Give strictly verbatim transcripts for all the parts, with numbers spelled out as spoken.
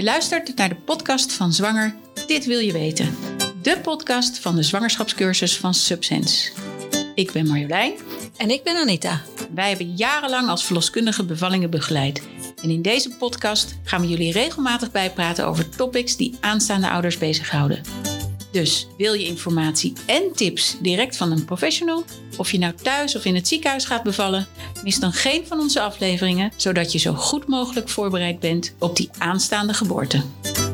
Je luistert naar de podcast van Zwanger, Dit Wil Je Weten. De podcast van de zwangerschapscursus van Subsense. Ik ben Marjolein. En ik ben Anita. Wij hebben jarenlang als verloskundige bevallingen begeleid. En in deze podcast gaan we jullie regelmatig bijpraten over topics die aanstaande ouders bezighouden. Dus wil je informatie en tips direct van een professional? Of je nou thuis of in het ziekenhuis gaat bevallen? Mis dan geen van onze afleveringen, zodat je zo goed mogelijk voorbereid bent op die aanstaande geboorte.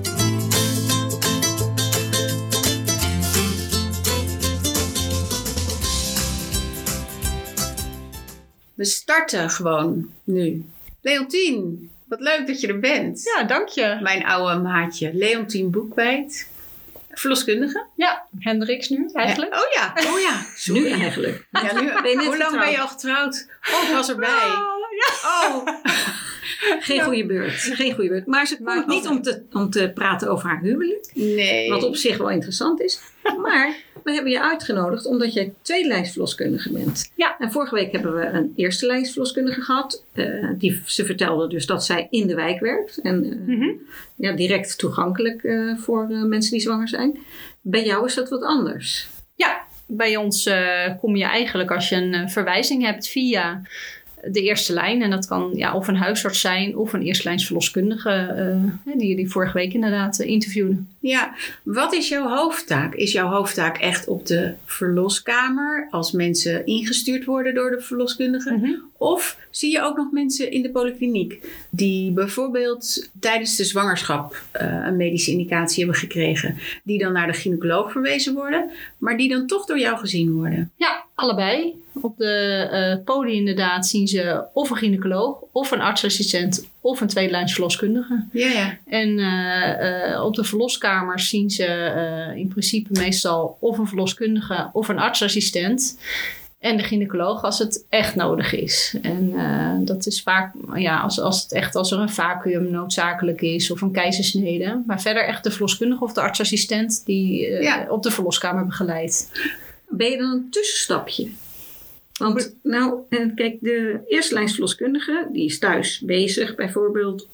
We starten gewoon nu. Leontien, wat leuk dat je er bent. Ja, dank je. Mijn oude maatje, Leontien Boekweit. Verloskundige? Ja, Hendricks nu eigenlijk. Oh ja, oh ja. Sorry. Nu eigenlijk. Ja, nu, hoe lang ben je al getrouwd? Oh, ik was erbij. Oh, ja. Oh. Geen goede beurt. Geen goede beurt. Maar ze komt maar niet om te, om te praten over haar huwelijk. Nee. Wat op zich wel interessant is. Maar we hebben je uitgenodigd omdat jij tweelijnsverloskundige bent. Ja. En vorige week hebben we een eerste lijnsverloskundige gehad. Uh, die, ze vertelde dus dat zij in de wijk werkt. En uh, mm-hmm. ja, direct toegankelijk uh, voor uh, mensen die zwanger zijn. Bij jou is dat wat anders. Ja, bij ons uh, kom je eigenlijk als je een uh, verwijzing hebt via de eerste lijn. En dat kan ja, of een huisarts zijn of een eerstelijnsverloskundige. Uh, die jullie vorige week inderdaad uh, interviewden. Ja, wat is jouw hoofdtaak? Is jouw hoofdtaak echt op de verloskamer als mensen ingestuurd worden door de verloskundige? Mm-hmm. Of zie je ook nog mensen in de polykliniek die bijvoorbeeld tijdens de zwangerschap uh, een medische indicatie hebben gekregen, die dan naar de gynaecoloog verwezen worden, maar die dan toch door jou gezien worden? Ja, allebei. Op de uh, poli inderdaad zien ze of een gynaecoloog, of een artsassistent, of een tweelijnsverloskundige. Ja, ja. En uh, uh, op de verloskamers zien ze uh, in principe meestal of een verloskundige of een artsassistent. En de gynaecoloog als het echt nodig is. En uh, dat is vaak, ja, als, als het echt als er een vacuüm noodzakelijk is of een keizersnede. Maar verder echt de verloskundige of de artsassistent die uh, ja. op de verloskamer begeleidt. Ben je dan een tussenstapje? Want nou, kijk, de eerstelijnsverloskundige die is thuis bezig bijvoorbeeld.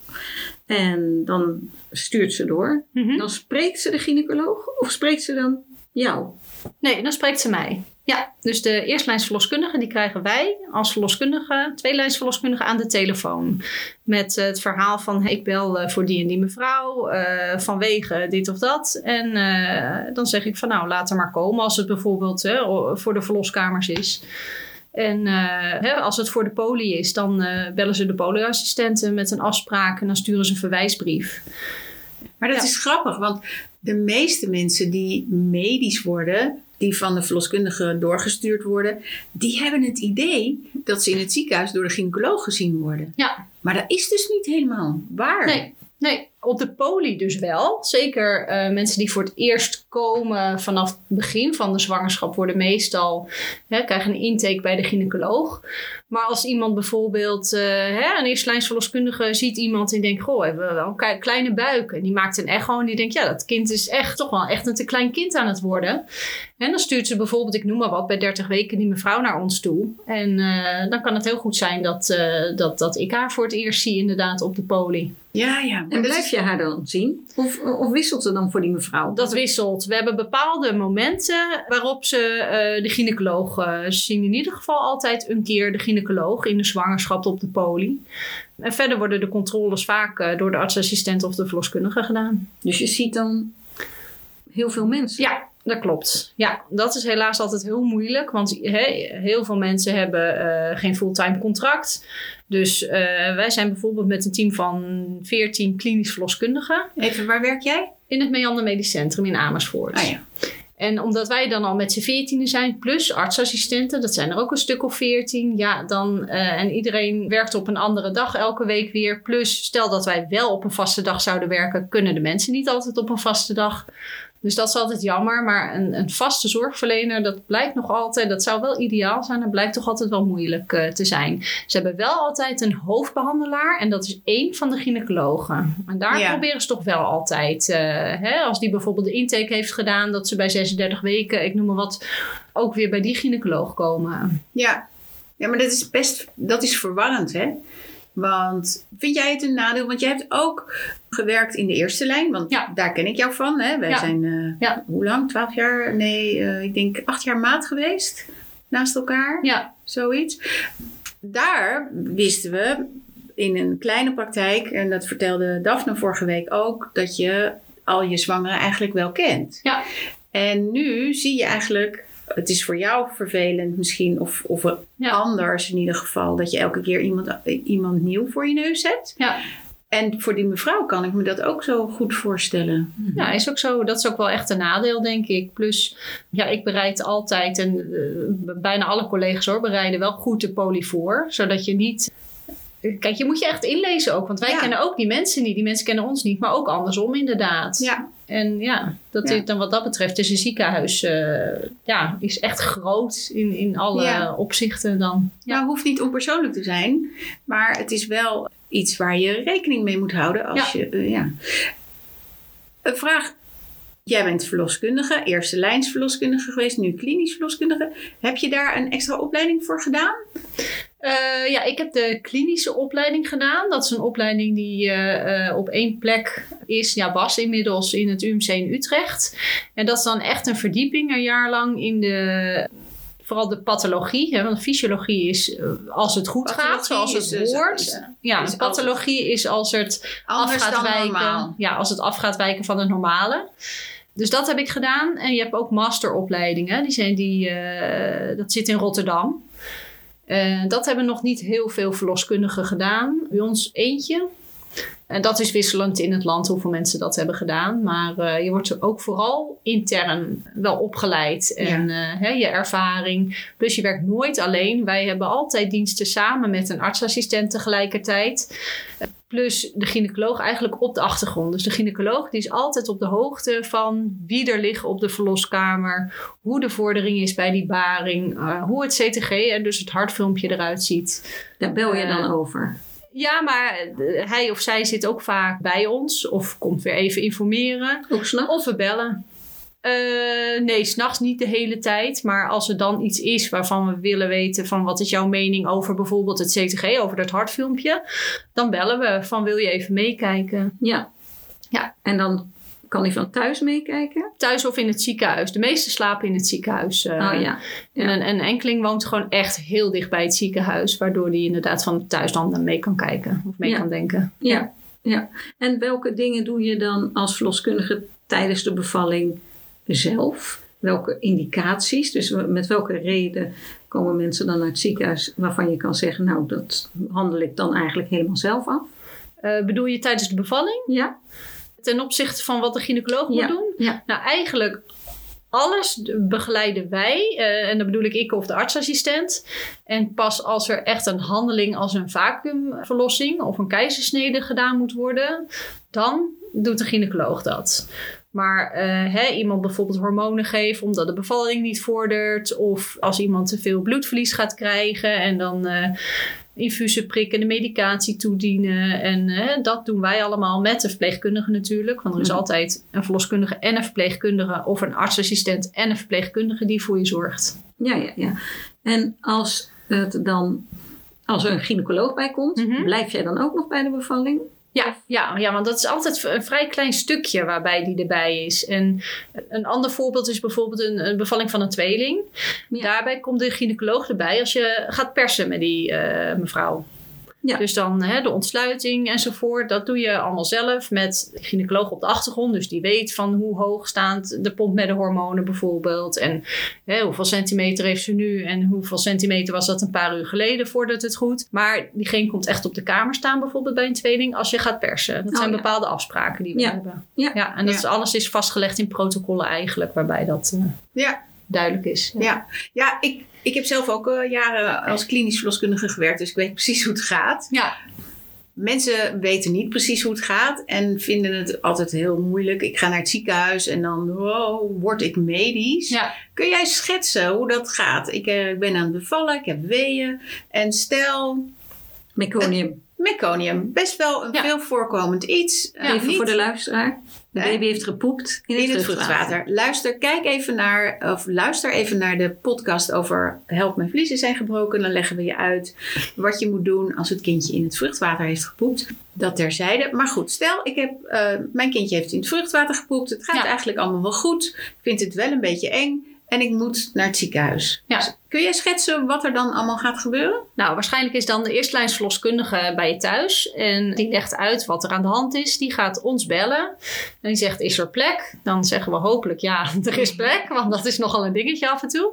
En dan stuurt ze door. Mm-hmm. Dan spreekt ze de gynaecoloog of spreekt ze dan jou? Nee, dan spreekt ze mij. Ja, dus de eerstlijnsverloskundige die krijgen wij als verloskundige, tweelijnsverloskundige aan de telefoon. Met het verhaal van hey, ik bel voor die en die mevrouw uh, vanwege dit of dat. En uh, dan zeg ik van nou laat er maar komen als het bijvoorbeeld uh, voor de verloskamers is. En uh, hè, als het voor de poli is, dan uh, bellen ze de polyassistenten met een afspraak en dan sturen ze een verwijsbrief. Maar dat ja. is grappig, want de meeste mensen die medisch worden, die van de verloskundige doorgestuurd worden, die hebben het idee dat ze in het ziekenhuis door de gynaecoloog gezien worden. Ja. Maar dat is dus niet helemaal waar. Nee. Nee, op de poli dus wel. Zeker uh, mensen die voor het eerst komen vanaf het begin van de zwangerschap worden meestal, hè, krijgen een intake bij de gynaecoloog. Maar als iemand bijvoorbeeld, uh, hè, een eerstelijnsverloskundige ziet iemand en denkt, goh, we hebben wel een kleine buik. En die maakt een echo en die denkt, ja, dat kind is echt toch wel echt een te klein kind aan het worden. En dan stuurt ze bijvoorbeeld, ik noem maar wat, bij dertig weken die mevrouw naar ons toe. En uh, dan kan het heel goed zijn dat, uh, dat, dat ik haar voor het eerst zie inderdaad op de poli. Ja, ja. En blijf je haar dan zien? Of, of wisselt het dan voor die mevrouw? Dat wisselt. We hebben bepaalde momenten waarop ze uh, de gynaecoloog uh, zien. In ieder geval altijd een keer de gynaecoloog in de zwangerschap op de poli. En verder worden de controles vaak uh, door de artsassistent of de verloskundige gedaan. Dus je ziet dan heel veel mensen? Ja, dat klopt. Ja, dat is helaas altijd heel moeilijk. Want he, heel veel mensen hebben uh, geen fulltime contract. Dus uh, wij zijn bijvoorbeeld met een team van veertien klinisch verloskundigen. Even, waar werk jij? In het Meander Medisch Centrum in Amersfoort. Ah, ja. En omdat wij dan al met z'n veertienen zijn, plus artsassistenten, dat zijn er ook een stuk of veertien. Ja, dan, uh, en iedereen werkt op een andere dag elke week weer. Plus, stel dat wij wel op een vaste dag zouden werken, kunnen de mensen niet altijd op een vaste dag. Dus dat is altijd jammer. Maar een, een vaste zorgverlener, dat blijkt nog altijd, dat zou wel ideaal zijn. Dat blijkt toch altijd wel moeilijk uh, te zijn. Ze hebben wel altijd een hoofdbehandelaar. En dat is één van de gynaecologen. En daar ja. proberen ze toch wel altijd. Uh, hè, als die bijvoorbeeld de intake heeft gedaan, dat ze bij zesendertig weken, ik noem maar wat, ook weer bij die gynaecoloog komen. Ja, ja, maar dat is best, dat is verwarrend, hè? Want vind jij het een nadeel? Want jij hebt ook gewerkt in de eerste lijn. Want ja. daar ken ik jou van. Hè? Wij ja. zijn, uh, ja. hoe lang? Twaalf jaar? Nee, uh, ik denk acht jaar maat geweest. Naast elkaar. Ja. Zoiets. Daar wisten we in een kleine praktijk, en dat vertelde Daphne vorige week ook, dat je al je zwangeren eigenlijk wel kent. Ja. En nu zie je eigenlijk, het is voor jou vervelend misschien, of, of ja. anders in ieder geval, dat je elke keer iemand, iemand nieuw voor je neus hebt. Ja. En voor die mevrouw kan ik me dat ook zo goed voorstellen. Ja, is ook zo. Dat is ook wel echt een nadeel, denk ik. Plus, ja, ik bereid altijd, en uh, bijna alle collega's hoor, bereiden wel goed de poli voor. Zodat je niet... Kijk, je moet je echt inlezen ook. Want wij ja. kennen ook die mensen niet. Die mensen kennen ons niet. Maar ook andersom inderdaad. Ja. En ja, dat ja. is dan wat dat betreft is een ziekenhuis uh, ja, is echt groot in, in alle ja. opzichten dan. Ja. Nou, hoeft niet onpersoonlijk te zijn. Maar het is wel iets waar je rekening mee moet houden. Als ja. je, uh, ja. Een vraag. Jij bent verloskundige, eerste lijns verloskundige geweest, nu klinisch verloskundige. Heb je daar een extra opleiding voor gedaan? Uh, ja, ik heb de klinische opleiding gedaan. Dat is een opleiding die uh, uh, op één plek is. Ja, was inmiddels in het U M C in Utrecht. En dat is dan echt een verdieping, een jaar lang in de... Vooral de pathologie, hè, want fysiologie is uh, als het goed pathologie gaat, zoals het dus, hoort. Is, ja, is pathologie is als het af gaat wijken. Normaal. Ja, als het af gaat wijken van het normale. Dus dat heb ik gedaan. En je hebt ook masteropleidingen. Die zijn die, uh, dat zit in Rotterdam. Uh, dat hebben nog niet heel veel verloskundigen gedaan. Bij ons eentje. En dat is wisselend in het land hoeveel mensen dat hebben gedaan. Maar uh, je wordt ook vooral intern wel opgeleid. En ja. uh, hè, je ervaring. Plus je werkt nooit alleen. Wij hebben altijd diensten samen met een artsassistent tegelijkertijd. Plus de gynaecoloog eigenlijk op de achtergrond. Dus de gynaecoloog die is altijd op de hoogte van wie er liggen op de verloskamer. Hoe de vordering is bij die baring. Uh, hoe het C T G en dus het hartfilmpje eruit ziet. Daar bel je uh, dan over? Ja, maar hij of zij zit ook vaak bij ons. Of komt weer even informeren. Ook s'nachts? Of we bellen. Uh, nee, s'nachts niet de hele tijd. Maar als er dan iets is waarvan we willen weten van wat is jouw mening over bijvoorbeeld het C T G, over dat hartfilmpje. Dan bellen we van wil je even meekijken. Ja. Ja. En dan kan hij van thuis meekijken? Thuis of in het ziekenhuis. De meesten slapen in het ziekenhuis. Uh, oh ja. ja. En een, een enkeling woont gewoon echt heel dicht bij het ziekenhuis. Waardoor die inderdaad van thuis dan mee kan kijken. Of mee ja. kan denken. Ja. ja. ja. En welke dingen doe je dan als verloskundige tijdens de bevalling zelf? Welke indicaties? Dus met welke reden komen mensen dan uit het ziekenhuis waarvan je kan zeggen, nou dat handel ik dan eigenlijk helemaal zelf af? Uh, bedoel je tijdens de bevalling? Ja. Ten opzichte van wat de gynaecoloog ja. moet doen? Ja. Nou, eigenlijk alles begeleiden wij. Uh, en dan bedoel ik ik of de artsassistent. En pas als er echt een handeling als een vacuümverlossing of een keizersnede gedaan moet worden, dan doet de gynaecoloog dat. Maar uh, hè, iemand bijvoorbeeld hormonen geeft omdat de bevalling niet vordert. Of als iemand te veel bloedverlies gaat krijgen en dan uh, infusen prikken, de medicatie toedienen. En uh, dat doen wij allemaal met de verpleegkundige natuurlijk. Want er is mm. altijd een verloskundige en een verpleegkundige of een artsassistent en een verpleegkundige die voor je zorgt. Ja, ja, ja. En als het dan, als er een gynaecoloog bij komt, mm-hmm. blijf jij dan ook nog bij de bevalling? Ja, ja, ja, want dat is altijd een vrij klein stukje waarbij die erbij is. En een ander voorbeeld is bijvoorbeeld een, een bevalling van een tweeling. Ja. Daarbij komt de gynaecoloog erbij als je gaat persen met die uh, mevrouw. Ja. Dus dan hè, de ontsluiting enzovoort. Dat doe je allemaal zelf met de gynaecoloog op de achtergrond. Dus die weet van hoe hoog staat de pomp met de hormonen bijvoorbeeld. En hè, hoeveel centimeter heeft ze nu. En hoeveel centimeter was dat een paar uur geleden voordat het goed. Maar diegene komt echt op de kamer staan bijvoorbeeld bij een tweeling als je gaat persen. Dat oh, zijn ja. bepaalde afspraken die we ja. hebben. Ja. Ja, en dat ja. is, alles is vastgelegd in protocollen eigenlijk. Waarbij dat uh, ja. duidelijk is. Ja, ja. ja ik... Ik heb zelf ook uh, jaren als klinisch verloskundige gewerkt, dus ik weet precies hoe het gaat. Ja. Mensen weten niet precies hoe het gaat en vinden het altijd heel moeilijk. Ik ga naar het ziekenhuis en dan oh, word ik medisch. Ja. Kun jij schetsen hoe dat gaat? Ik uh, ben aan het bevallen, ik heb weeën en stel... Meconium. Uh, meconium, best wel een ja. veel voorkomend iets. Uh, Even niet... voor de luisteraar. De baby heeft gepoept in het, in het vruchtwater. vruchtwater. Luister, kijk even naar, of luister even naar de podcast over help mijn vliezen zijn gebroken. Dan leggen we je uit wat je moet doen als het kindje in het vruchtwater heeft gepoept. Dat terzijde. Maar goed, stel, ik heb, uh, mijn kindje heeft in het vruchtwater gepoept. Het gaat ja. eigenlijk allemaal wel goed. Ik vind het wel een beetje eng. En ik moet naar het ziekenhuis. Ja. Dus kun jij schetsen wat er dan allemaal gaat gebeuren? Nou, waarschijnlijk is dan de eerstlijnsverloskundige bij je thuis. En die legt uit wat er aan de hand is. Die gaat ons bellen. En die zegt, is er plek? Dan zeggen we hopelijk, ja, er is plek. Want dat is nogal een dingetje af en toe.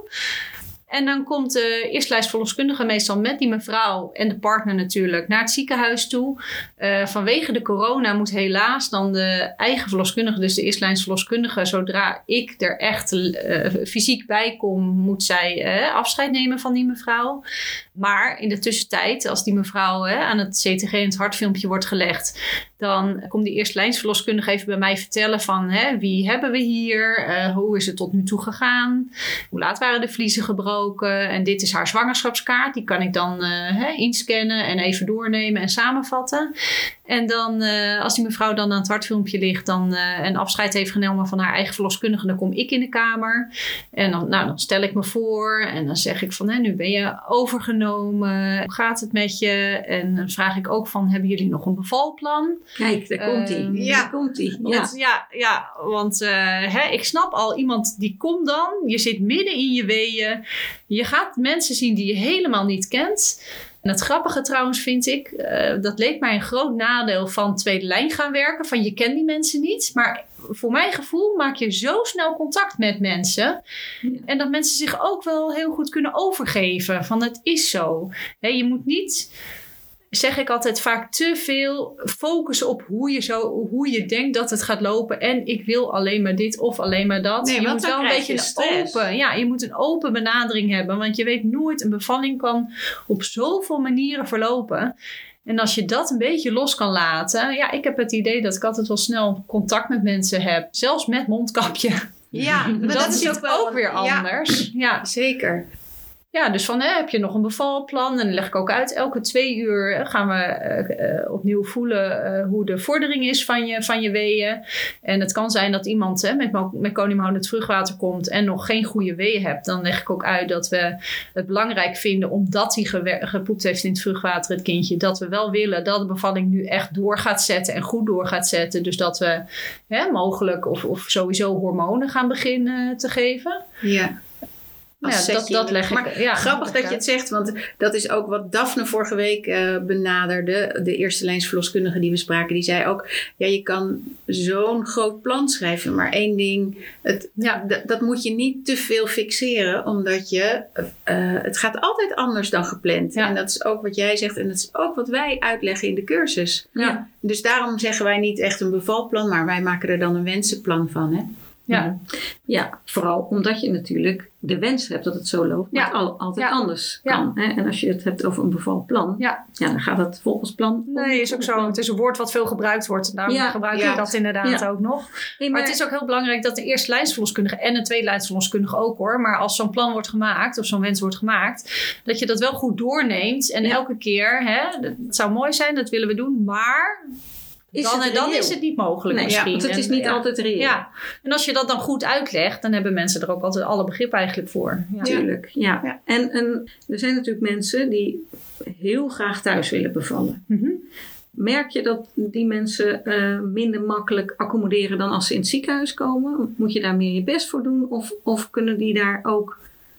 En dan komt de eerstlijnsverloskundige meestal met die mevrouw en de partner natuurlijk naar het ziekenhuis toe. Uh, vanwege de corona moet helaas dan de eigen verloskundige, dus de eerstlijnsverloskundige, zodra ik er echt uh, fysiek bij kom, moet zij uh, afscheid nemen van die mevrouw. Maar in de tussentijd, als die mevrouw uh, aan het C T G en het hartfilmpje wordt gelegd, dan komt die eerstlijnsverloskundige even bij mij vertellen van hè, wie hebben we hier, uh, hoe is het tot nu toe gegaan, hoe laat waren de vliezen gebroken. En dit is haar zwangerschapskaart. Die kan ik dan uh, hè, inscannen en even doornemen en samenvatten. En dan, uh, als die mevrouw dan aan het hartfilmpje ligt dan, uh, en afscheid heeft genomen van haar eigen verloskundige, dan kom ik in de kamer. En dan, nou, dan stel ik me voor en dan zeg ik van, hè, nu ben je overgenomen. Hoe gaat het met je? En dan vraag ik ook van, hebben jullie nog een bevalplan? Kijk, daar komt hij. Um, ja, daar komt hij. Ja. ja, ja, want uh, hè, ik snap al, iemand die komt dan. Je zit midden in je weeën. Je gaat mensen zien die je helemaal niet kent. En het grappige trouwens vind ik, uh, dat leek mij een groot nadeel van tweede lijn gaan werken. Van je kent die mensen niet. Maar voor mijn gevoel maak je zo snel contact met mensen. Ja. En dat mensen zich ook wel heel goed kunnen overgeven. Van het is zo. He, je moet niet, zeg ik altijd vaak, te veel focussen op hoe je, zo, hoe je denkt dat het gaat lopen. En ik wil alleen maar dit of alleen maar dat. Nee, je moet wel een beetje een open, ja, je moet een open benadering hebben. Want je weet nooit, een bevalling kan op zoveel manieren verlopen. En als je dat een beetje los kan laten. Ja, ik heb het idee dat ik altijd wel snel contact met mensen heb. Zelfs met mondkapje. Ja, maar dat, dat is is ook wel ook weer anders. Ja, ja, zeker. Ja, dus van hè, heb je nog een bevalplan? En dan leg ik ook uit. Elke twee uur gaan we uh, uh, opnieuw voelen uh, hoe de vordering is van je, van je weeën. En het kan zijn dat iemand hè, met meconiumhoudend vruchtwater komt en nog geen goede weeën hebt. Dan leg ik ook uit dat we het belangrijk vinden, omdat hij gewer- gepoept heeft in het vruchtwater, het kindje, dat we wel willen dat de bevalling nu echt door gaat zetten en goed door gaat zetten. Dus dat we hè, mogelijk of, of sowieso hormonen gaan beginnen te geven. Ja. Ja, dat, dat leg ik. Maar ja, grappig dat je het zegt, want dat is ook wat Daphne vorige week uh, benaderde. De eerste lijns verloskundige die we spraken, die zei ook, ja, je kan zo'n groot plan schrijven, maar één ding, het, ja. d- dat moet je niet te veel fixeren, omdat je, uh, het gaat altijd anders dan gepland. Ja. En dat is ook wat jij zegt en dat is ook wat wij uitleggen in de cursus. Ja. Dus daarom zeggen wij niet echt een bevalplan, maar wij maken er dan een wensenplan van, hè? Ja. ja, vooral omdat je natuurlijk de wens hebt dat het zo loopt, maar ja. het al, altijd ja. anders kan. Ja. Hè? En als je het hebt over een bevalplan, ja. Ja, dan gaat het volgens plan. Nee, is ook zo. Het is een woord wat veel gebruikt wordt. Daarom ja. gebruik ik ja. dat inderdaad ja. ook nog. Nee, maar, maar het is ook heel belangrijk dat de eerste lijnsverloskundige en de tweede lijnsverloskundige ook hoor. Maar als zo'n plan wordt gemaakt of zo'n wens wordt gemaakt, dat je dat wel goed doorneemt. En ja. elke keer, hè, het zou mooi zijn, dat willen we doen, maar Is dan, het dan is het niet mogelijk nee, misschien. Ja, want het is niet en, altijd reëel. Ja. En als je dat dan goed uitlegt, dan hebben mensen er ook altijd alle begrip eigenlijk voor. Ja. Tuurlijk, ja. ja. En, en er zijn natuurlijk mensen die heel graag thuis willen bevallen. Mm-hmm. Merk je dat die mensen uh, minder makkelijk accommoderen dan als ze in het ziekenhuis komen? Moet je daar meer je best voor doen? Of, of kunnen die daar ook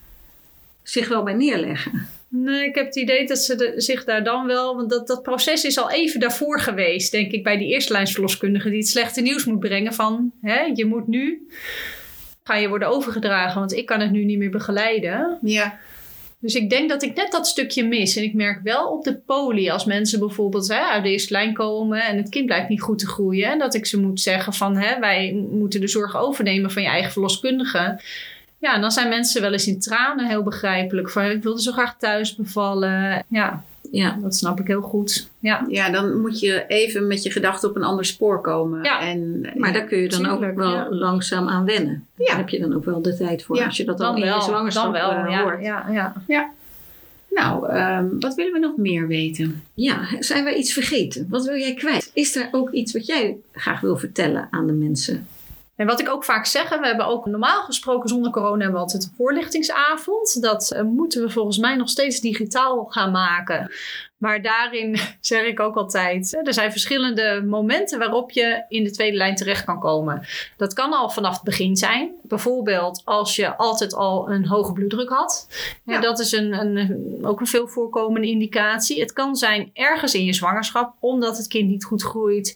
zich wel bij neerleggen? Nee, ik heb het idee dat ze de, zich daar dan wel... Want dat, dat proces is al even daarvoor geweest, denk ik, bij die eerstelijnsverloskundige die het slechte nieuws moet brengen van, hè, je moet nu, ga je worden overgedragen, want ik kan het nu niet meer begeleiden. Ja. Dus ik denk dat ik net dat stukje mis. En ik merk wel op de poli, als mensen bijvoorbeeld hè, uit de eerste lijn komen en het kind blijkt niet goed te groeien, en dat ik ze moet zeggen van, hè, wij moeten de zorg overnemen van je eigen verloskundige. Ja, en dan zijn mensen wel eens in tranen, heel begrijpelijk. Van, ik wilde zo graag thuis bevallen. Ja, ja, dat snap ik heel goed. Ja, ja, dan moet je even met je gedachten op een ander spoor komen. Ja. En, maar daar kun je dan tuurlijk, ook wel ja. langzaam aan wennen. Ja. Daar heb je dan ook wel de tijd voor. Ja. Als je dat dan, dan in je zwangerschap dan wel, uh, ja, hoort. Ja, ja. Ja. Nou, um, wat willen we nog meer weten? Ja, zijn wij iets vergeten? Wat wil jij kwijt? Is er ook iets wat jij graag wil vertellen aan de mensen? En wat ik ook vaak zeg, we hebben ook normaal gesproken zonder corona hebben we altijd een voorlichtingsavond. Dat uh, moeten we volgens mij nog steeds digitaal gaan maken. Maar daarin zeg ik ook altijd, er zijn verschillende momenten waarop je in de tweede lijn terecht kan komen. Dat kan al vanaf het begin zijn. Bijvoorbeeld als je altijd al een hoge bloeddruk had. Ja. Dat is een, een, ook een veel voorkomende indicatie. Het kan zijn ergens in je zwangerschap, omdat het kind niet goed groeit.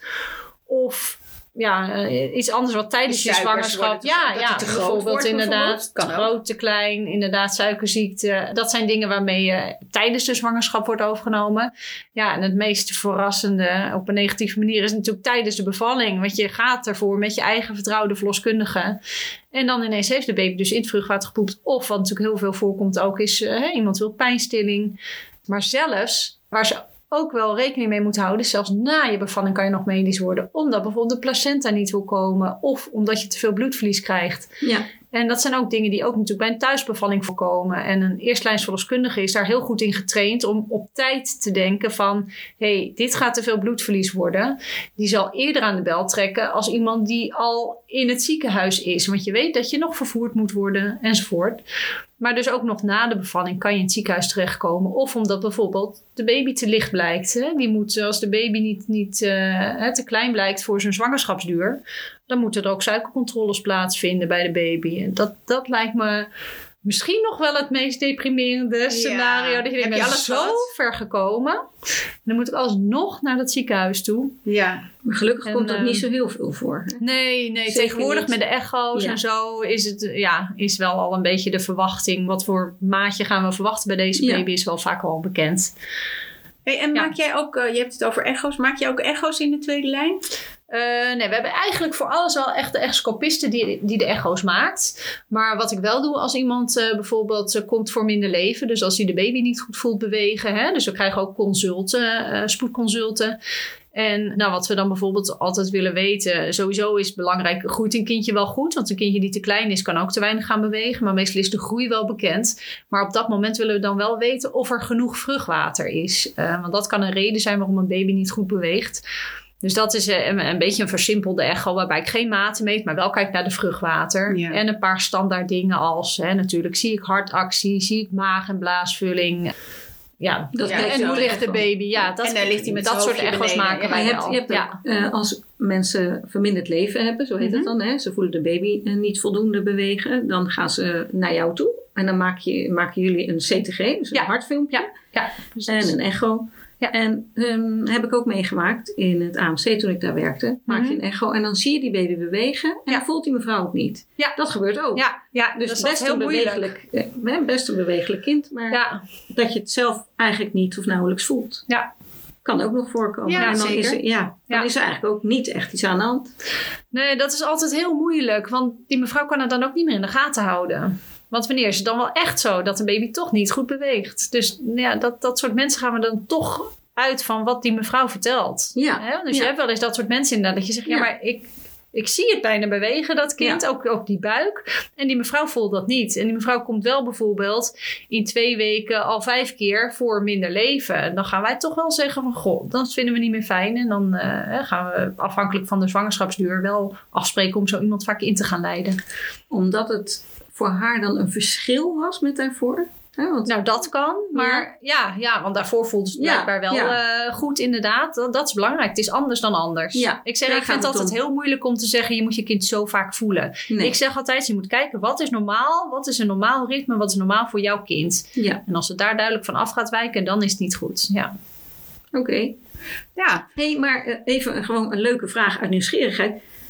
Of ja, uh, iets anders wat tijdens je zwangerschap. Te, ja, ja te bijvoorbeeld wordt, inderdaad. Te groot, te klein, inderdaad suikerziekte. Dat zijn dingen waarmee je tijdens de zwangerschap wordt overgenomen. Ja, en het meest verrassende op een negatieve manier is natuurlijk tijdens de bevalling. Want je gaat ervoor met je eigen vertrouwde verloskundige. En dan ineens heeft de baby dus in het vruchtwater gepoept. Of wat natuurlijk heel veel voorkomt ook is, uh, iemand wil pijnstilling. Maar zelfs waar ze ook wel rekening mee moet houden. Zelfs na je bevalling kan je nog medisch worden. Omdat bijvoorbeeld de placenta niet wil komen. Of omdat je te veel bloedverlies krijgt. Ja. En dat zijn ook dingen die ook natuurlijk bij een thuisbevalling voorkomen. En een eerstlijnsverloskundige is daar heel goed in getraind om op tijd te denken van, hé, hey, dit gaat te veel bloedverlies worden. Die zal eerder aan de bel trekken als iemand die al in het ziekenhuis is. Want je weet dat je nog vervoerd moet worden enzovoort. Maar dus ook nog na de bevalling kan je in het ziekenhuis terechtkomen. Of omdat bijvoorbeeld de baby te licht blijkt. Hè? Die moet, als de baby niet, niet uh, te klein blijkt voor zijn zwangerschapsduur, dan moeten er ook suikercontroles plaatsvinden bij de baby. En dat, dat lijkt me misschien nog wel het meest deprimerende scenario. Ja. Dat je denkt, ben alles zo gehad? ver gekomen. En dan moet ik alsnog naar dat ziekenhuis toe. Ja, maar gelukkig en, komt er uh, niet zo heel veel voor. Hè? Nee, nee Zeker tegenwoordig niet. met de echo's ja. en zo is het ja, is wel al een beetje de verwachting. Wat voor maatje gaan we verwachten bij deze baby ja. is wel vaak al bekend. Hey, en ja. maak jij ook, uh, je hebt het over echo's, maak je ook echo's in de tweede lijn? Uh, nee, we hebben eigenlijk voor alles wel echt de echoscopiste die, die de echo's maakt. Maar wat ik wel doe als iemand uh, bijvoorbeeld uh, komt voor minder leven. Dus als hij de baby niet goed voelt bewegen. Hè, dus we krijgen ook consulten, uh, spoedconsulten. En nou, wat we dan bijvoorbeeld altijd willen weten. Sowieso is het belangrijk, groeit een kindje wel goed? Want een kindje die te klein is, kan ook te weinig gaan bewegen. Maar meestal is de groei wel bekend. Maar op dat moment willen we dan wel weten of er genoeg vruchtwater is. Uh, want dat kan een reden zijn waarom een baby niet goed beweegt. Dus dat is een, een beetje een versimpelde echo waarbij ik geen maten meet, maar wel kijk naar de vruchtwater. Ja. En een paar standaard dingen als, hè, natuurlijk zie ik hartactie, zie ik maag- en blaasvulling. Ja, dat ja, en hoe ligt de baby? Ja, dat, en dan ligt hij met dat soort echo's beneden. maken ja, wij je hebt, wel. je hebt ja. ook, uh, als mensen verminderd leven hebben, zo heet mm-hmm. het dan. Hè? Ze voelen de baby uh, niet voldoende bewegen. Dan gaan ze naar jou toe. En dan maak je, maken jullie een C T G, dus een ja. hartfilmpje. Ja. Ja, en een echo. Ja. En um, heb ik ook meegemaakt in het A M C toen ik daar werkte. Maak je mm-hmm. een echo en dan zie je die baby bewegen. En ja. dan voelt die mevrouw ook niet. Ja. Dat gebeurt ook. Ja, ja dus dat is best heel een bewegelijk, eh, best een bewegelijk kind. Maar ja. dat je het zelf eigenlijk niet of nauwelijks voelt. Ja. Kan ook nog voorkomen. Ja, en dan, zeker. Is er, ja, dan ja. is er eigenlijk ook niet echt iets aan de hand. Nee, dat is altijd heel moeilijk. Want die mevrouw kan het dan ook niet meer in de gaten houden. Want wanneer is het dan wel echt zo dat een baby toch niet goed beweegt? Dus ja, dat, dat soort mensen gaan we dan toch uit van wat die mevrouw vertelt. Ja. Hè? Dus ja. je hebt wel eens dat soort mensen inderdaad. Dat je zegt, ja, ja maar ik, ik zie het bijna bewegen, dat kind. Ja. Ook, ook die buik. En die mevrouw voelt dat niet. En die mevrouw komt wel bijvoorbeeld in twee weken al vijf keer voor minder leven. En dan gaan wij toch wel zeggen van, goh, dat vinden we niet meer fijn. En dan uh, gaan we afhankelijk van de zwangerschapsduur wel afspreken om zo iemand vaak in te gaan leiden. Omdat het voor haar dan een verschil was met daarvoor? Ja, want... Nou, dat kan. Maar ja, ja, ja want daarvoor voelt het blijkbaar ja, wel ja. uh, goed inderdaad. Dat, dat is belangrijk. Het is anders dan anders. Ja, ik zeg, ik vind het altijd om. heel moeilijk om te zeggen, je moet je kind zo vaak voelen. Nee. Ik zeg altijd, je moet kijken, wat is normaal? Wat is een normaal ritme? Wat is normaal voor jouw kind? Ja. En als het daar duidelijk van af gaat wijken, dan is het niet goed. Ja. Oké. Okay. Ja. Hey, maar uh, even gewoon een leuke vraag uit nieuwsgierigheid.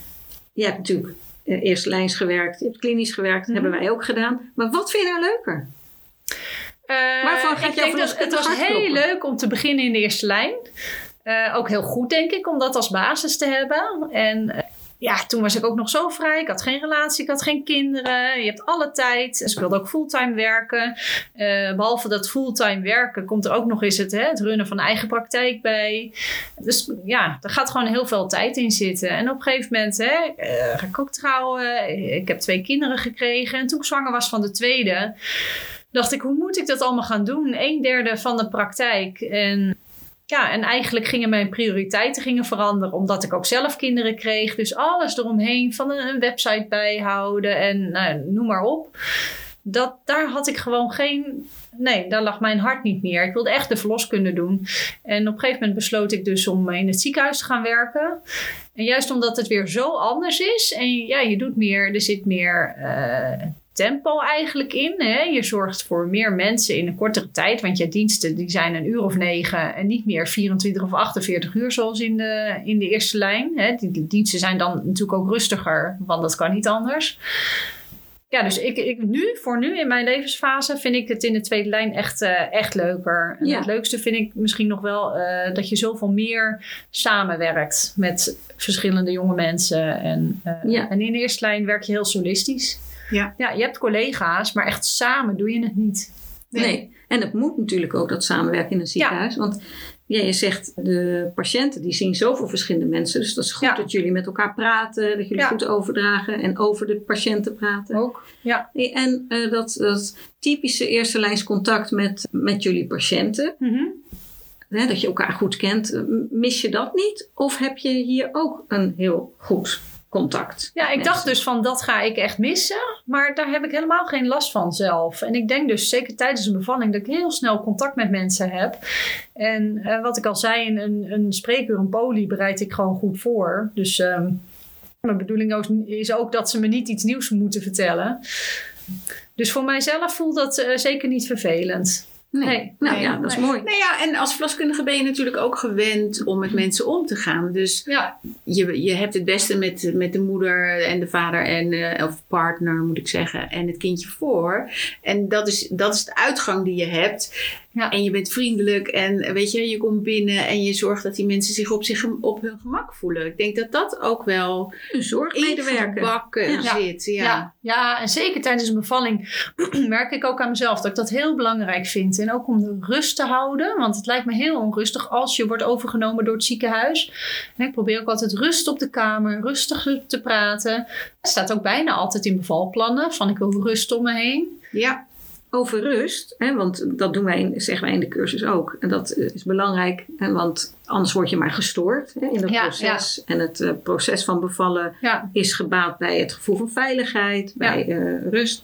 Je hebt natuurlijk uh, eerste lijns gewerkt, je hebt klinisch gewerkt, mm-hmm. hebben wij ook gedaan. Maar wat vind je nou leuker? Uh, Waarvan gaat ik denk dat het was heel leuk om te beginnen in de eerste lijn. Uh, ook heel goed, denk ik, om dat als basis te hebben. En uh, ja, toen was ik ook nog zo vrij. Ik had geen relatie, ik had geen kinderen. Je hebt alle tijd. Dus ik wilde ook fulltime werken. Uh, behalve dat fulltime werken komt er ook nog eens het, hè, het runnen van de eigen praktijk bij. Dus ja, er gaat gewoon heel veel tijd in zitten. En op een gegeven moment hè, uh, ga ik ook trouwen. Ik heb twee kinderen gekregen. En toen ik zwanger was van de tweede... dacht ik, hoe moet ik dat allemaal gaan doen? Een derde van de praktijk. En ja, en eigenlijk gingen mijn prioriteiten gingen veranderen. Omdat ik ook zelf kinderen kreeg. Dus alles eromheen. Van een, een website bijhouden. En nou, noem maar op. Dat, daar had ik gewoon geen... Nee, daar lag mijn hart niet meer. Ik wilde echt de verloskunde doen. En op een gegeven moment besloot ik dus om in het ziekenhuis te gaan werken. En juist omdat het weer zo anders is. En ja, je doet meer, er zit meer uh, tempo eigenlijk in. Hè? Je zorgt voor meer mensen in een kortere tijd. Want je diensten die zijn een uur of negen. En niet meer vierentwintig of achtenveertig uur zoals in de, in de eerste lijn. Hè? Die, die diensten zijn dan natuurlijk ook rustiger. Want dat kan niet anders. Ja, dus ik, ik nu, voor nu in mijn levensfase vind ik het in de tweede lijn echt, uh, echt leuker. En ja. Het leukste vind ik misschien nog wel uh, dat je zoveel meer samenwerkt met verschillende jonge mensen. En, uh, ja. en in de eerste lijn werk je heel solistisch. Ja. Ja, je hebt collega's, maar echt samen doe je het niet. Nee, nee. En het moet natuurlijk ook dat samenwerken in een ziekenhuis. Ja. Want ja, je zegt, de patiënten die zien zoveel verschillende mensen. Dus dat is goed ja. dat jullie met elkaar praten. Dat jullie ja. goed overdragen en over de patiënten praten. Ook, ja. En uh, dat, dat typische eerste lijns contact met, met jullie patiënten. Mm-hmm. Hè, dat je elkaar goed kent. Mis je dat niet? Of heb je hier ook een heel goed contact? Ja, ik dacht dus van dat ga ik echt missen. Maar daar heb ik helemaal geen last van zelf. En ik denk dus zeker tijdens een bevalling dat ik heel snel contact met mensen heb. En uh, wat ik al zei, een, een spreekuur, een poli bereid ik gewoon goed voor. Dus um, mijn bedoeling is ook dat ze me niet iets nieuws moeten vertellen. Dus voor mijzelf voelt dat uh, zeker niet vervelend. Nee, nee. Nou nee, ja, dat is nee. mooi. Nou ja, en als verloskundige ben je natuurlijk ook gewend om met mensen om te gaan. Dus ja. je, je hebt het beste met, met de moeder en de vader en uh, of partner moet ik zeggen en het kindje voor. En dat is, dat is de uitgang die je hebt. Ja. En je bent vriendelijk en weet je, je komt binnen en je zorgt dat die mensen zich op, zich op hun gemak voelen. Ik denk dat dat ook wel een zorgmedewerker ja. zit. Ja. Ja. ja, en zeker tijdens een bevalling merk ik ook aan mezelf dat ik dat heel belangrijk vind. En ook om de rust te houden, want het lijkt me heel onrustig als je wordt overgenomen door het ziekenhuis. En ik probeer ook altijd rust op de kamer, rustig te praten. Het staat ook bijna altijd in bevalplannen van ik wil rust om me heen. Ja. Over rust, hè, want dat doen wij, zeggen wij in de cursus ook. En dat is belangrijk, hè, want anders word je maar gestoord hè, in het ja, proces. Ja. En het uh, proces van bevallen ja. is gebaat bij het gevoel van veiligheid, bij ja. uh, rust.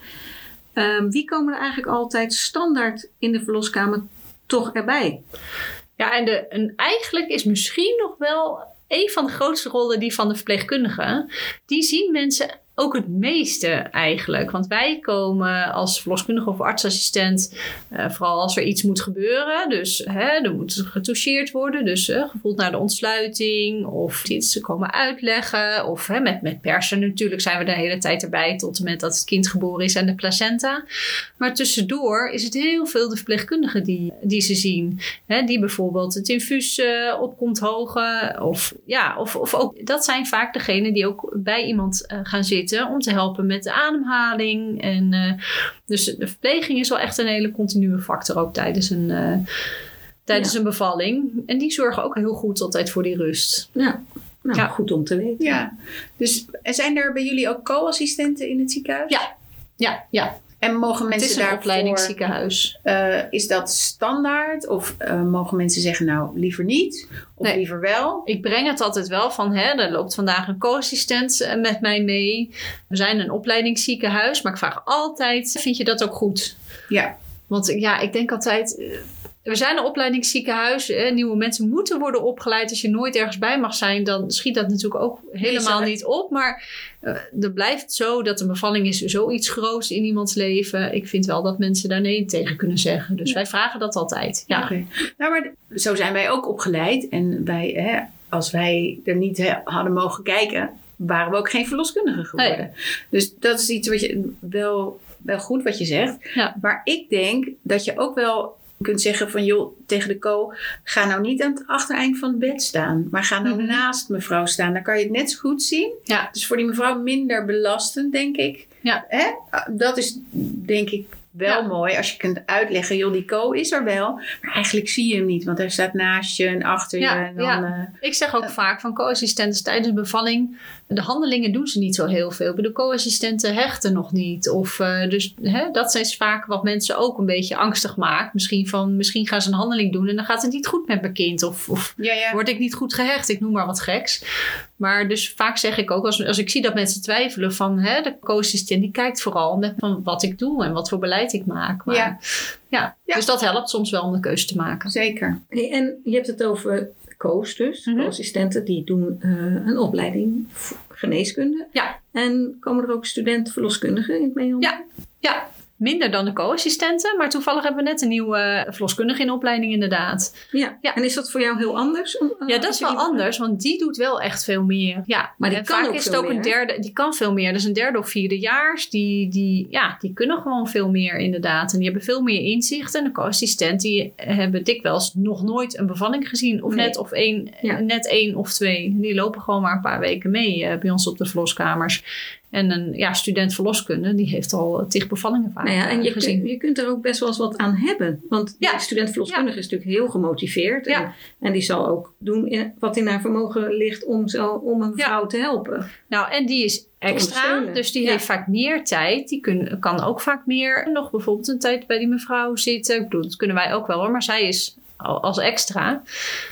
Um, wie komen er eigenlijk altijd standaard in de verloskamer toch erbij? Ja, en, de, en eigenlijk is misschien nog wel een van de grootste rollen die van de verpleegkundigen. Die zien mensen ook het meeste eigenlijk. Want wij komen als verloskundige of artsassistent, uh, vooral als er iets moet gebeuren. Dus hè, er moet getoucheerd worden. Dus uh, gevoeld naar de ontsluiting. Of iets komen uitleggen. Of hè, met, met persen natuurlijk zijn we de hele tijd erbij. Tot en met dat het kind geboren is en de placenta. Maar tussendoor is het heel veel de verpleegkundigen die, die ze zien. Hè, die bijvoorbeeld het infuus uh, op komt hogen. Of, ja, of, of ook, dat zijn vaak degenen die ook bij iemand uh, gaan zitten. Om te helpen met de ademhaling. En, uh, dus de verpleging is wel echt een hele continue factor ook tijdens een, uh, tijdens ja. een bevalling. En die zorgen ook heel goed altijd voor die rust. Ja, nou, ja. goed om te weten. Ja. Dus zijn er bij jullie ook co-assistenten in het ziekenhuis? Ja, ja, ja. En mogen mensen het is een opleidingsziekenhuis. Uh, is dat standaard? Of uh, mogen mensen zeggen, nou, liever niet? Of nee, liever wel? Ik breng het altijd wel van, hè, er loopt vandaag een co-assistent met mij mee. We zijn een opleidingsziekenhuis, maar ik vraag altijd, vind je dat ook goed? Ja. Want ja, ik denk altijd, we zijn een opleidingsziekenhuis. Hè, nieuwe mensen moeten worden opgeleid. Als je nooit ergens bij mag zijn, dan schiet dat natuurlijk ook helemaal nee, niet op. Maar uh, er blijft zo dat een bevalling is zoiets groots in iemands leven. Ik vind wel dat mensen daar nee tegen kunnen zeggen. Dus ja. wij vragen dat altijd. Ja. Okay. Nou, maar zo zijn wij ook opgeleid. En wij, hè, als wij er niet hè, hadden mogen kijken, waren we ook geen verloskundige geworden. Nee. Dus dat is iets wat je wel, wel goed wat je zegt. Ja. Maar ik denk dat je ook wel kunt zeggen van joh, tegen de co, ga nou niet aan het achtereind van het bed staan, maar ga nou mm-hmm. naast mevrouw staan. Dan kan je het net zo goed zien. Ja. Dus voor die mevrouw minder belastend, denk ik. Ja. Hè? Dat is denk ik wel Ja. mooi als je kunt uitleggen, joh, die co is er wel. Maar eigenlijk zie je hem niet, want hij staat naast je en achter Ja, je. En dan, ja. uh, Ik zeg ook Uh, vaak van co-assistenten tijdens de bevalling, de handelingen doen ze niet zo heel veel. De co-assistenten hechten nog niet. Of, uh, dus hè, dat is vaak wat mensen ook een beetje angstig maakt. Misschien van, misschien gaan ze een handeling doen en dan gaat het niet goed met mijn kind. Of, of ja, ja. word ik niet goed gehecht, ik noem maar wat geks. Maar dus vaak zeg ik ook, als, als ik zie dat mensen twijfelen van hè, de co-assistent, die kijkt vooral met van wat ik doe en wat voor beleid ik maak. Maar, Ja. Ja, Ja. dus dat helpt soms wel om de keuze te maken. Zeker. Hey, en je hebt het over co's dus, Mhm. co-assistenten die doen uh, een opleiding v- geneeskunde. Ja. En komen er ook studenten verloskundigen in het mee? Ja. Ja, minder dan de co-assistenten. Maar toevallig hebben we net een nieuwe verloskundige in opleiding inderdaad. Ja. Ja. En is dat voor jou heel anders? Om, uh, Ja, dat als is je wel die- anders, want die doet wel echt veel meer. Ja, Maar die en kan vaak ook is het veel ook een meer, hè? derde, die kan veel meer. Dus een derde of vierde jaars, die, die, ja, die kunnen gewoon veel meer inderdaad. En die hebben veel meer inzicht. En de co-assistent, die hebben dikwijls nog nooit een bevalling gezien. Of Nee. net, of één, Ja. net één of twee. Die lopen gewoon maar een paar weken mee uh, bij ons op de verloskamers. En een ja, student verloskunde, die heeft al tig bevallingen vaak Nou ja, en uh, je, gezien. kun- je kunt er ook best wel eens wat aan hebben. Want Ja. de student verloskundige is natuurlijk heel gemotiveerd. Ja. En, en die zal ook doen in- wat in haar vermogen ligt om, zo, om een Ja. vrouw te helpen. Nou, en die is extra, ondersteunen. dus die Ja. heeft vaak meer tijd. Die kun, kan ook vaak meer nog bijvoorbeeld een tijd bij die mevrouw zitten. Ik bedoel, dat kunnen wij ook wel hoor, maar zij is al- als extra.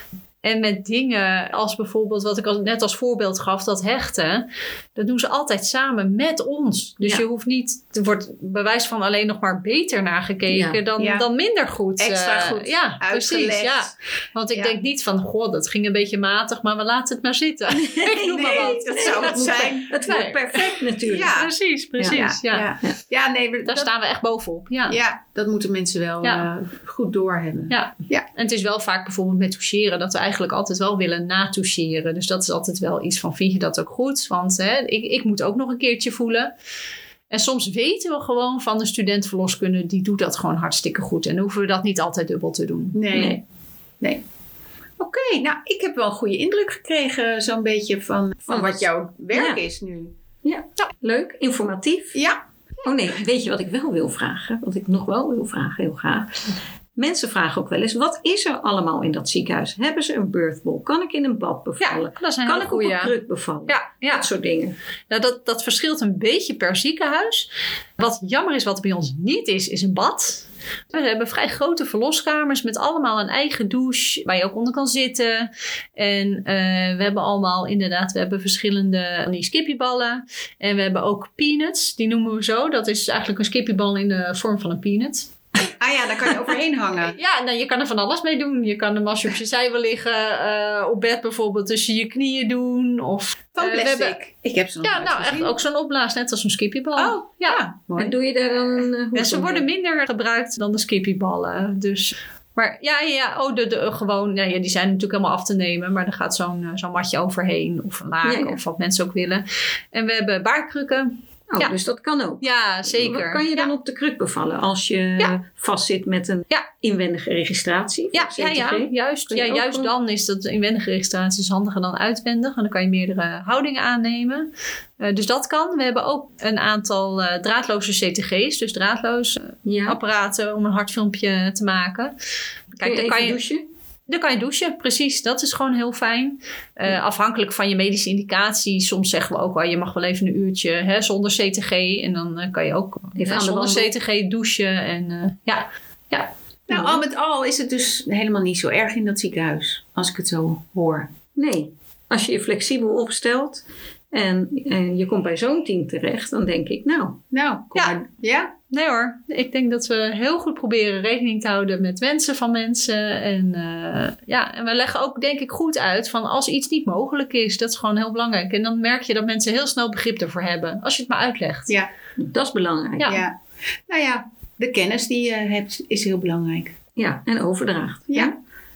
En met dingen als bijvoorbeeld, wat ik al net als voorbeeld gaf, dat hechten. Dat doen ze altijd samen met ons. Dus Ja. je hoeft niet, er wordt bewijs van alleen nog maar beter naar gekeken Ja. dan, Ja. dan minder goed. Extra Eh, goed Ja, precies. uitgelegd. Ja. Want ik Ja. denk niet van, goh, dat ging een beetje matig, maar we laten het maar zitten. Ik noem maar nee, wat. dat zou het moet zijn. per- Het Nee. wordt perfect natuurlijk. Ja. Precies, precies. Ja, Ja, ja. ja. Ja, nee, we- Daar dat, staan we echt bovenop. Ja. ja, dat moeten mensen wel Ja. uh, goed doorhebben. Ja. Ja. En het is wel vaak bijvoorbeeld met toucheren dat we eigenlijk altijd wel willen natoucheren. Dus dat is altijd wel iets van, vind je dat ook goed? Want hè, ik, ik moet ook nog een keertje voelen. En soms weten we gewoon van de student verloskunde, die doet dat gewoon hartstikke goed. En dan hoeven we dat niet altijd dubbel te doen. Nee. Nee. nee. Oké, nou, ik heb wel een goede indruk gekregen, zo'n beetje van, van Van wat wat- jouw werk Ja. is nu. Ja. Leuk, informatief. Ja. Oh nee, weet je wat ik wel wil vragen? Wat ik nog wel wil vragen, heel graag. Mensen vragen ook wel eens, wat is er allemaal in dat ziekenhuis? Hebben ze een birthball? Kan ik in een bad bevallen? dat is een kan hele ik op goeie. een kruk bevallen? Ja, ja. Dat soort dingen. Nou, dat, dat verschilt een beetje per ziekenhuis. Wat jammer is, wat er bij ons niet is, is een bad. We hebben vrij grote verloskamers met allemaal een eigen douche waar je ook onder kan zitten. En uh, we hebben allemaal inderdaad, we hebben verschillende van die skippyballen. En we hebben ook peanuts, die noemen we zo. Dat is eigenlijk een skippybal in de vorm van een peanut. Ah ja, daar kan je overheen hangen. Ja, nou, je kan er van alles mee doen. Je kan hem als je op je zij wil liggen, uh, op bed bijvoorbeeld tussen je knieën doen. Of, Van uh, we plastic. hebben- Ik heb ze nog Ja, nooit nou echt gezien. ook zo'n opblaas, net als een skippybal. Oh, ja. ja. Mooi. En doe je daar dan een uh, hoed En ze omheen? worden minder gebruikt dan de skippyballen. Dus, maar ja, ja, oh, de, de, gewoon, ja, ja, die zijn natuurlijk helemaal af te nemen. Maar er gaat zo'n, uh, zo'n matje overheen. Of een laken, Ja, ja. of wat mensen ook willen. En we hebben baarkrukken. Oh, Ja. dus dat kan ook. Ja, zeker. Kan je dan ja. op de kruk bevallen als je Ja. vastzit met een Ja. inwendige registratie? Ja, voor ja, ja, C T G? juist, Kun je ja, ook juist gewoon- dan is dat inwendige registratie is handiger dan uitwendig. En dan kan je meerdere houdingen aannemen. Uh, dus dat kan. We hebben ook een aantal uh, draadloze C T G's. Dus draadloos uh, Ja. apparaten om een hartfilmpje te maken. Kijk, dan dan kan je douchen? Dan kan je douchen, precies. Dat is gewoon heel fijn. Uh, afhankelijk van je medische indicatie. Soms zeggen we ook wel, je mag wel even een uurtje hè, zonder C T G. En dan uh, kan je ook Even hè, aan de zonder wandel. C T G douchen. En uh, ja, ja. Nou, al met al is het dus helemaal niet zo erg in dat ziekenhuis. Als ik het zo hoor. Nee. Als je je flexibel opstelt en, en je komt bij zo'n team terecht, dan denk ik, nou, Nou, kom Ja. maar. Ja? Nee hoor, ik denk dat we heel goed proberen rekening te houden met wensen van mensen. En, uh, ja, en we leggen ook denk ik goed uit van als iets niet mogelijk is. Dat is gewoon heel belangrijk. En dan merk je dat mensen heel snel begrip ervoor hebben. Als je het maar uitlegt. Ja. dat is belangrijk. Ja. Ja. Nou ja, de kennis die je hebt is heel belangrijk. Ja, en overdraagt. Ja.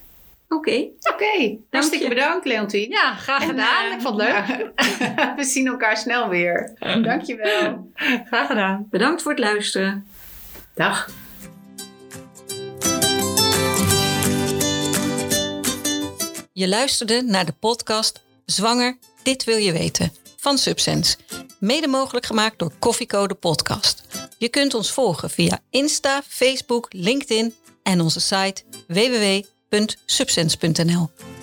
Oké. Oké, hartstikke je. bedankt Leontien. Ja, graag En, gedaan. eh, Ik vond het leuk. ja, we zien elkaar snel weer. Dankjewel. Graag gedaan. Bedankt voor het luisteren. Dag. Je luisterde naar de podcast Zwanger, dit wil je weten van Subsense. Mede mogelijk gemaakt door Koffiecode Podcast. Je kunt ons volgen via Insta, Facebook, LinkedIn en onze site w w w punt subsense punt n l.